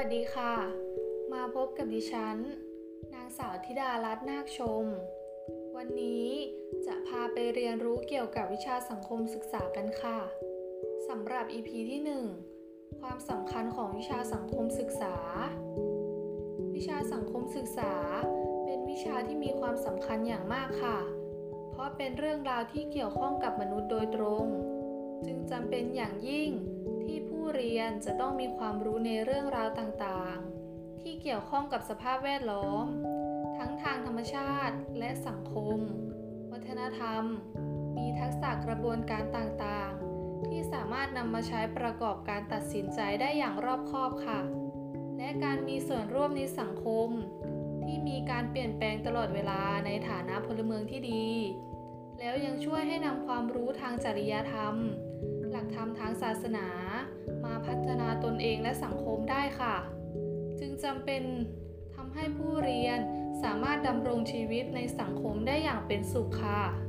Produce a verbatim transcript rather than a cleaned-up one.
สดีค่ะมาพบกับดิฉันนางสาวธิดารัตน์นาคชมวันนี้จะพาไปเรียนรู้เกี่ยวกับวิชาสังคมศึกษากันค่ะสำหรับ อี พี ที่ หนึ่ง ความสำคัญของวิชาสังคมศึกษาวิชาสังคมศึกษาเป็นวิชาที่มีความสำคัญอย่างมากค่ะเพราะเป็นเรื่องราวที่เกี่ยวข้องกับมนุษย์โดยตรงจึงจำเป็นอย่างยิ่งที่ผู้เรียนจะต้องมีความรู้ในเรื่องราวต่างๆที่เกี่ยวข้องกับสภาพแวดล้อมทั้งทางธรรมชาติและสังคมวัฒนธรรมมีทักษะกระบวนการต่างๆที่สามารถนำมาใช้ประกอบการตัดสินใจได้อย่างรอบคอบค่ะและการมีส่วนร่วมในสังคมที่มีการเปลี่ยนแปลงตลอดเวลาในฐานะพลเมืองที่ดีแล้วยังช่วยให้นำความรู้ทางจริยธรรมหลักธรรมทางศาสนามาพัฒนาตนเองและสังคมได้ค่ะจึงจำเป็นทำให้ผู้เรียนสามารถดำรงชีวิตในสังคมได้อย่างเป็นสุขค่ะ